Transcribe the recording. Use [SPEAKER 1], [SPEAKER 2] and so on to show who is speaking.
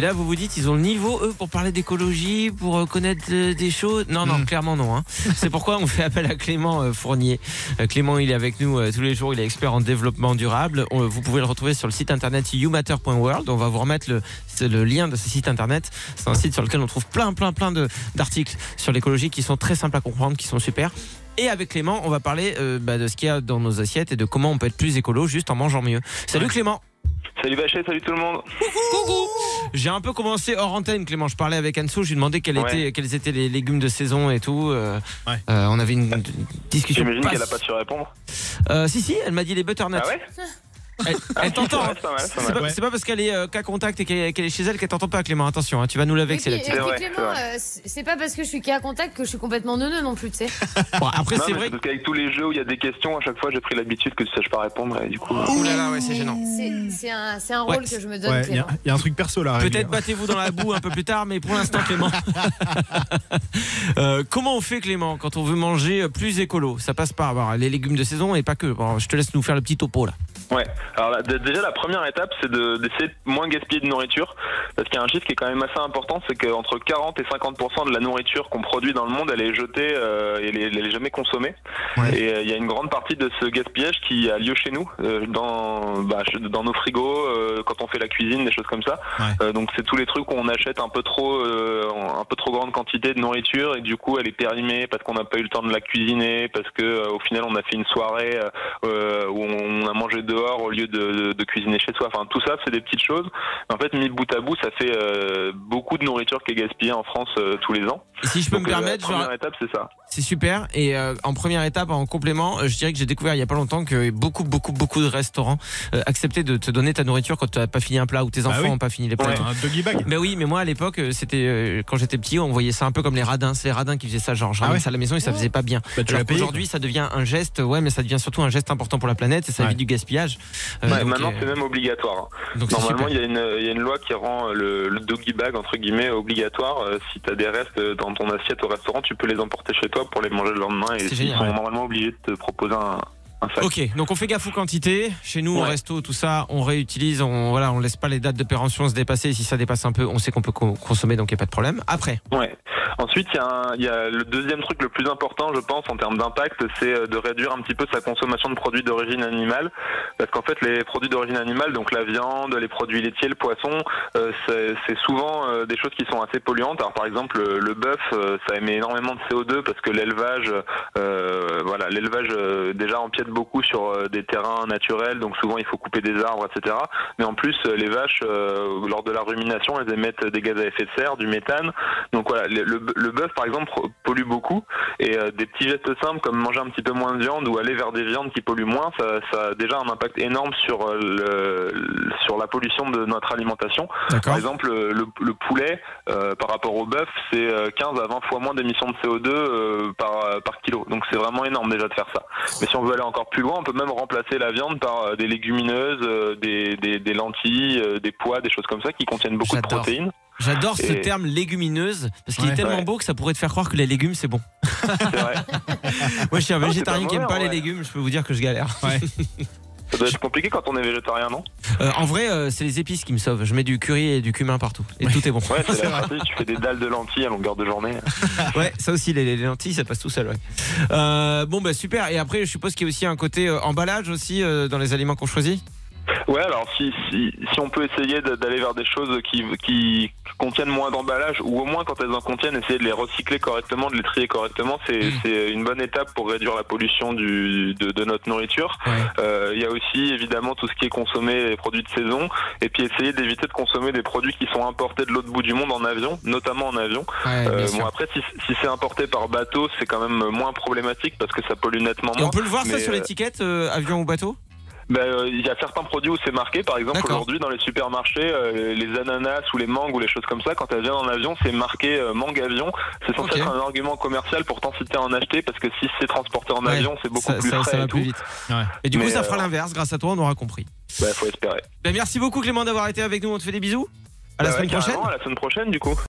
[SPEAKER 1] là, vous vous dites, ils ont le niveau, eux, pour parler d'écologie, pour connaître des choses. Non, clairement non. Hein. C'est pourquoi on fait appel à Clément Fournier. Clément, il est avec nous tous les jours. Il est expert en développement durable. Vous pouvez le retrouver sur le site internet youmatter.world. On va vous remettre le lien de ce site internet. C'est un site sur lequel on trouve plein d'articles sur l'écologie qui sont très simples à comprendre, qui sont super. Et avec Clément, on va parler de ce qu'il y a dans nos assiettes et de comment on peut être plus écolo juste en mangeant mieux. Salut Clément.
[SPEAKER 2] Salut Bachet, salut tout le monde.
[SPEAKER 1] Coucou. J'ai un peu commencé hors antenne, Clément. Je parlais avec Anso, je lui demandais quels étaient les légumes de saison et tout. On avait une discussion.
[SPEAKER 2] J'imagine qu'elle n'a pas su répondre.
[SPEAKER 1] Si, elle m'a dit les butternuts.
[SPEAKER 2] Ah ouais.
[SPEAKER 1] Elle t'entend.
[SPEAKER 2] C'est
[SPEAKER 1] pas parce qu'elle est cas contact et qu'elle est chez elle qu'elle t'entend pas, Clément. Attention, hein, tu vas nous la vexer là-dessus.
[SPEAKER 3] Clément, c'est pas parce que je suis cas contact que je suis complètement neuneu non plus, tu sais.
[SPEAKER 1] Bon, après, c'est vrai.
[SPEAKER 2] Parce qu'avec tous les jeux où il y a des questions, à chaque fois j'ai pris l'habitude que tu saches pas répondre et du coup.
[SPEAKER 1] Ouh là là, ouais, c'est gênant.
[SPEAKER 3] C'est un rôle que je me donne, Clément.
[SPEAKER 4] Il y a un truc perso là.
[SPEAKER 1] Peut-être battez-vous dans la boue un peu plus tard, mais pour l'instant, Clément. Comment on fait, Clément, quand on veut manger plus écolo? Ça passe par les légumes de saison et pas que. Bon, je te laisse nous faire le petit topo là.
[SPEAKER 2] Ouais, alors là, déjà la première étape c'est d'essayer de moins gaspiller de nourriture, parce qu'il y a un chiffre qui est quand même assez important, c'est qu'entre 40 et 50% de la nourriture qu'on produit dans le monde, elle est jetée et elle est jamais consommée. Et il y a une grande partie de ce gaspillage qui a lieu chez nous, dans nos frigos, quand on fait la cuisine, des choses comme ça. Donc c'est tous les trucs où on achète un peu trop grande quantité de nourriture et du coup elle est périmée parce qu'on n'a pas eu le temps de la cuisiner, parce que au final on a fait une soirée où on a mangé dehors au lieu de cuisiner chez soi. Enfin, tout ça, c'est des petites choses. En fait, mis bout à bout, ça fait beaucoup de nourriture qui est gaspillée en France tous les ans.
[SPEAKER 1] Et si je peux me permettre,
[SPEAKER 2] la première étape, c'est ça.
[SPEAKER 1] C'est super. Et en première étape, en complément, je dirais que j'ai découvert il y a pas longtemps que beaucoup de restaurants acceptaient de te donner ta nourriture quand tu n'as pas fini un plat ou tes enfants n'ont pas fini les plats.
[SPEAKER 4] Un doggy bag.
[SPEAKER 1] Mais oui, mais moi à l'époque, c'était quand j'étais petit, on voyait ça un peu comme les radins. C'est les radins qui faisaient ça, genre ça à la maison et ça faisait pas bien. Aujourd'hui, ça devient un geste, mais ça devient surtout un geste important pour la planète et ça évite du gaspillage.
[SPEAKER 2] Maintenant, c'est même obligatoire.
[SPEAKER 1] Donc
[SPEAKER 2] normalement, il y a une loi qui rend le doggy bag entre guillemets obligatoire. Si tu as des restes dans ton assiette au restaurant, tu peux les emporter chez toi pour les manger le lendemain et ils sont normalement obligés de te proposer un sac.
[SPEAKER 1] Ok, donc on fait gaffe aux quantités. Chez nous, au resto, tout ça, on réutilise, on laisse pas les dates de péremption se dépasser. Et si ça dépasse un peu, on sait qu'on peut consommer, donc il n'y a pas de problème. Après.
[SPEAKER 2] Ensuite, il y a le deuxième truc le plus important, je pense, en termes d'impact, c'est de réduire un petit peu sa consommation de produits d'origine animale. Parce qu'en fait, les produits d'origine animale, donc la viande, les produits laitiers, le poisson, c'est souvent des choses qui sont assez polluantes. Alors par exemple, le bœuf, ça émet énormément de CO2 parce que l'élevage déjà empiète beaucoup sur des terrains naturels, donc souvent il faut couper des arbres, etc. Mais en plus, les vaches, lors de la rumination, elles émettent des gaz à effet de serre, du méthane. Donc voilà, le bœuf par exemple pollue beaucoup et des petits gestes simples comme manger un petit peu moins de viande ou aller vers des viandes qui polluent moins, ça a déjà un impact énorme sur la pollution de notre alimentation. Par exemple, le poulet par rapport au bœuf, c'est 15 à 20 fois moins d'émissions de CO2 par kilo. Donc c'est vraiment énorme déjà de faire ça. Mais si on veut aller encore plus loin, on peut même remplacer la viande par des légumineuses, des lentilles, des pois, des choses comme ça qui contiennent beaucoup de protéines.
[SPEAKER 1] J'adore ce terme légumineuse parce qu'il est tellement beau que ça pourrait te faire croire que les légumes c'est bon.
[SPEAKER 2] C'est vrai.
[SPEAKER 1] Moi je suis un végétarien qui aime pas les légumes, je peux vous dire que je galère.
[SPEAKER 2] Ça doit être compliqué quand on est végétarien, non?
[SPEAKER 1] En vrai, c'est les épices qui me sauvent. Je mets du curry et du cumin partout et tout est bon.
[SPEAKER 2] Ouais, c'est la partie, tu fais des dalles de lentilles à longueur de journée.
[SPEAKER 1] Ouais, ça aussi, les lentilles, ça passe tout seul. Super. Et après, je suppose qu'il y a aussi un côté emballage aussi dans les aliments qu'on choisit.
[SPEAKER 2] Ouais, alors si on peut essayer d'aller vers des choses qui contiennent moins d'emballage, ou au moins quand elles en contiennent, essayer de les recycler correctement, de les trier correctement, c'est une bonne étape pour réduire la pollution de notre nourriture. Il y a aussi évidemment tout ce qui est consommé, les produits de saison, et puis essayer d'éviter de consommer des produits qui sont importés de l'autre bout du monde en avion, notamment en avion. Après, si c'est importé par bateau, c'est quand même moins problématique parce que ça pollue nettement moins.
[SPEAKER 1] Et on peut le voir ça sur l'étiquette, avion ou bateau?
[SPEAKER 2] Il y a certains produits où c'est marqué, par exemple aujourd'hui dans les supermarchés, les ananas ou les mangues ou les choses comme ça, quand elles viennent en avion, c'est marqué mangue avion. C'est censé être un argument commercial pour t'inciter à en acheter, parce que si c'est transporté en avion, c'est beaucoup plus frais.
[SPEAKER 1] Ça va plus vite. Et du coup, ça fera l'inverse. Grâce à toi, on aura compris.
[SPEAKER 2] Faut espérer.
[SPEAKER 1] Merci beaucoup Clément d'avoir été avec nous. On te fait des bisous. À la semaine prochaine.
[SPEAKER 2] À la semaine prochaine, du coup.